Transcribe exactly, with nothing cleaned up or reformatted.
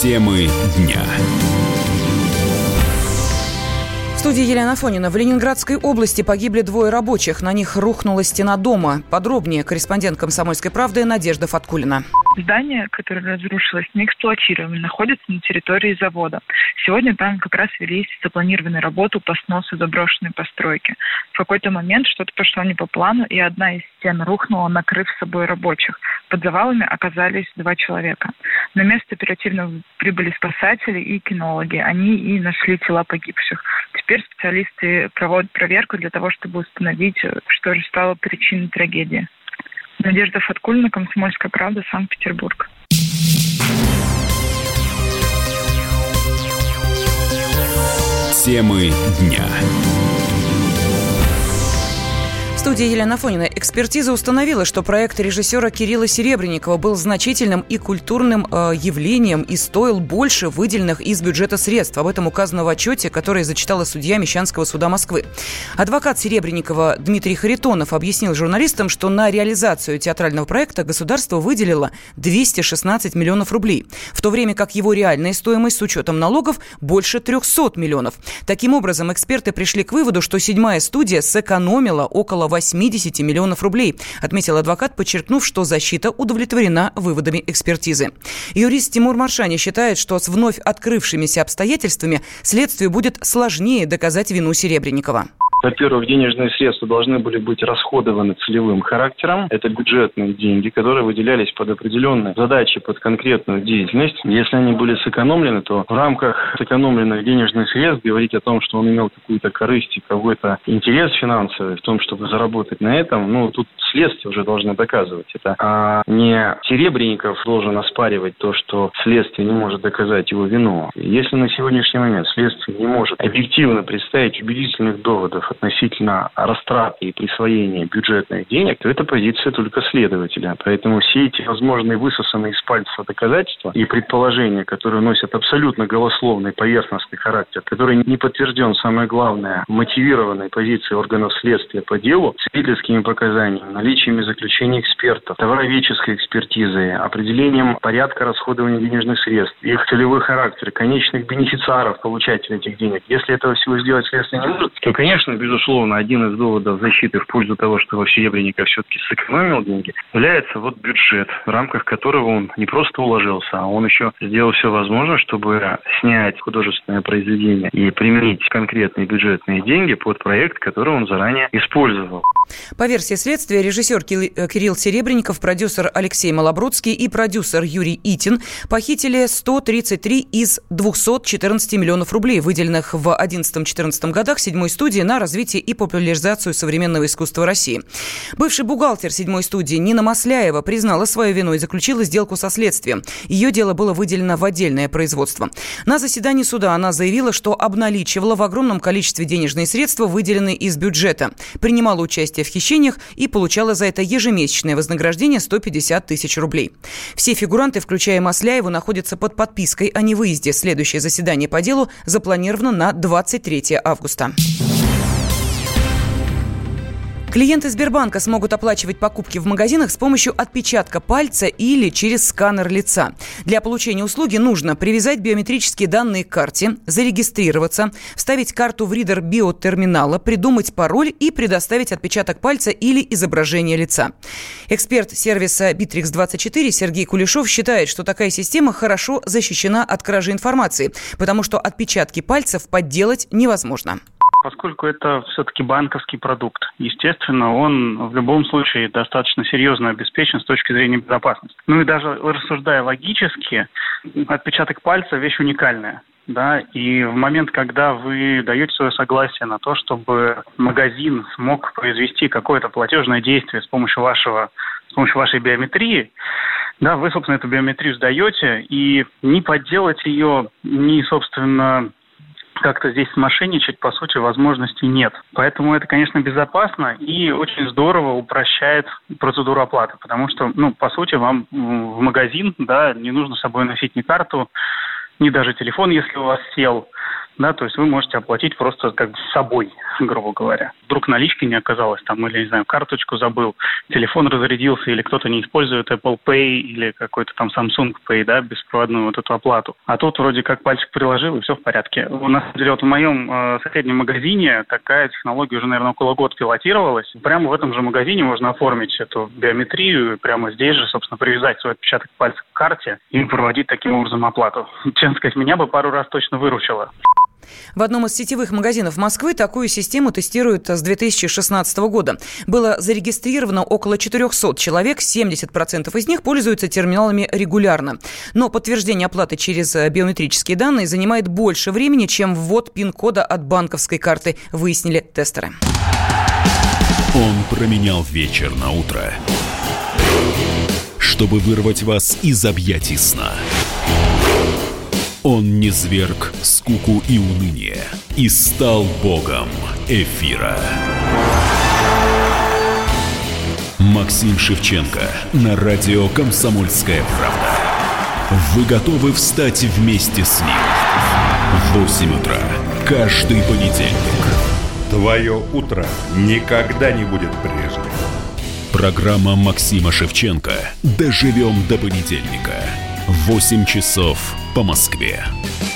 Темы дня. В студии Елена Афонина. В Ленинградской области погибли двое рабочих. На них рухнула стена дома. Подробнее корреспондент «Комсомольской правды» Надежда Фаткулина. Здание, которое разрушилось, не эксплуатируемо, находится на территории завода. Сегодня там как раз велись запланированные работы по сносу заброшенной постройки. В какой-то момент что-то пошло не по плану, и одна из стен рухнула, накрыв собой рабочих. Под завалами оказались два человека. На место оперативно прибыли спасатели и кинологи. Они и нашли тела погибших. Теперь специалисты проводят проверку для того, чтобы установить, что же стало причиной трагедии. Надежда Фаткулина, «Комсомольская правда», Санкт-Петербург. Темы дня. В студии Елена Афонина. Экспертиза установила, что проект режиссера Кирилла Серебренникова был значительным и культурным э, явлением и стоил больше выделенных из бюджета средств. Об этом указано в отчете, который зачитала судья Мещанского суда Москвы. Адвокат Серебренникова Дмитрий Харитонов объяснил журналистам, что на реализацию театрального проекта государство выделило двести шестнадцать миллионов рублей, в то время как его реальная стоимость с учетом налогов больше триста миллионов. Таким образом, эксперты пришли к выводу, что седьмая студия сэкономила около восемьдесят миллионов рублей, отметил адвокат, подчеркнув, что защита удовлетворена выводами экспертизы. Юрист Тимур Маршани считает, что с вновь открывшимися обстоятельствами следствию будет сложнее доказать вину Серебренникова. Во-первых, денежные средства должны были быть расходованы целевым характером. Это бюджетные деньги, которые выделялись под определенные задачи, под конкретную деятельность. Если они были сэкономлены, то в рамках сэкономленных денежных средств говорить о том, что он имел какую-то корысть и какой-то интерес финансовый в том, чтобы заработать на этом, ну, тут следствие уже должно доказывать это. А не Серебренников должен оспаривать то, что следствие не может доказать его вину. Если на сегодняшний момент следствие не может объективно представить убедительных доводов относительно растраты и присвоения бюджетных денег, то это позиция только следователя. Поэтому все эти возможные высосанные из пальца доказательства и предположения, которые носят абсолютно голословный поверхностный характер, который не подтвержден, самое главное, мотивированной позицией органов следствия по делу, свидетельскими показаниями, наличиями заключений экспертов, товароведческой экспертизой, определением порядка расходования денежных средств, их целевой характер, конечных бенефициаров, получателей этих денег. Если этого всего сделать следствие не может, то, конечно, безусловно, один из доводов защиты в пользу того, что Серебренников все-таки сэкономил деньги, является вот бюджет, в рамках которого он не просто уложился, а он еще сделал все возможное, чтобы снять художественное произведение и применить конкретные бюджетные деньги под проект, который он заранее использовал. По версии следствия, режиссер Кирилл Серебренников, продюсер Алексей Малобродский и продюсер Юрий Итин похитили сто тридцать три из двухсот четырнадцати миллионов рублей, выделенных в одиннадцатом-четырнадцатом годах седьмой студии на развитие и популяризацию современного искусства России. Бывший бухгалтер седьмой студии Нина Масляева признала свою вину и заключила сделку со следствием. Ее дело было выделено в отдельное производство. На заседании суда она заявила, что обналичивала в огромном количестве денежные средства, выделенные из бюджета, принимала участие в хищениях и получала за это ежемесячное вознаграждение сто пятьдесят тысяч рублей. Все фигуранты, включая Масляеву, находятся под подпиской о невыезде. Следующее заседание по делу запланировано на двадцать третьего августа. Клиенты Сбербанка смогут оплачивать покупки в магазинах с помощью отпечатка пальца или через сканер лица. Для получения услуги нужно привязать биометрические данные к карте, зарегистрироваться, вставить карту в ридер биотерминала, придумать пароль и предоставить отпечаток пальца или изображение лица. Эксперт сервиса Битрикс двадцать четыре Сергей Кулешов считает, что такая система хорошо защищена от кражи информации, потому что отпечатки пальцев подделать невозможно. Поскольку это все-таки банковский продукт, естественно, он в любом случае достаточно серьезно обеспечен с точки зрения безопасности. Ну и даже рассуждая логически, отпечаток пальца – вещь уникальная. Да, и в момент, когда вы даете свое согласие на то, чтобы магазин смог произвести какое-то платежное действие с помощью вашего, с помощью вашей биометрии, да, вы, собственно, эту биометрию сдаете, и не подделать ее, ни, собственно, как-то здесь смошенничать, по сути, возможностей нет. Поэтому это, конечно, безопасно и очень здорово упрощает процедуру оплаты, потому что, ну, по сути, вам в магазин, да, не нужно с собой носить ни карту, ни даже телефон, если у вас сел. Да, то есть вы можете оплатить просто как бы с собой, грубо говоря. Вдруг налички не оказалось там, или, не знаю, карточку забыл, телефон разрядился, или кто-то не использует Apple Pay или какой-то там Samsung Pay, да, беспроводную вот эту оплату. А тут вроде как пальчик приложил, и все в порядке. У нас, вот в моем э, соседнем магазине такая технология уже, наверное, около года пилотировалась. Прямо в этом же магазине можно оформить эту биометрию, и прямо здесь же, собственно, привязать свой отпечаток пальца к карте и проводить таким образом оплату. Честно сказать, меня бы пару раз точно выручило. В одном из сетевых магазинов Москвы такую систему тестируют с две тысячи шестнадцатого года. Было зарегистрировано около четыреста человек, семьдесят процентов из них пользуются терминалами регулярно. Но подтверждение оплаты через биометрические данные занимает больше времени, чем ввод пин-кода от банковской карты, выяснили тестеры. Он променял вечер на утро, чтобы вырвать вас из объятий сна. Он низвергг скуку и уныние и стал богом эфира. Максим Шевченко на радио «Комсомольская правда». Вы готовы встать вместе с ним? В восемь утра каждый понедельник. Твое утро никогда не будет прежним. Программа Максима Шевченко «Доживем до понедельника». восемь часов по Москве.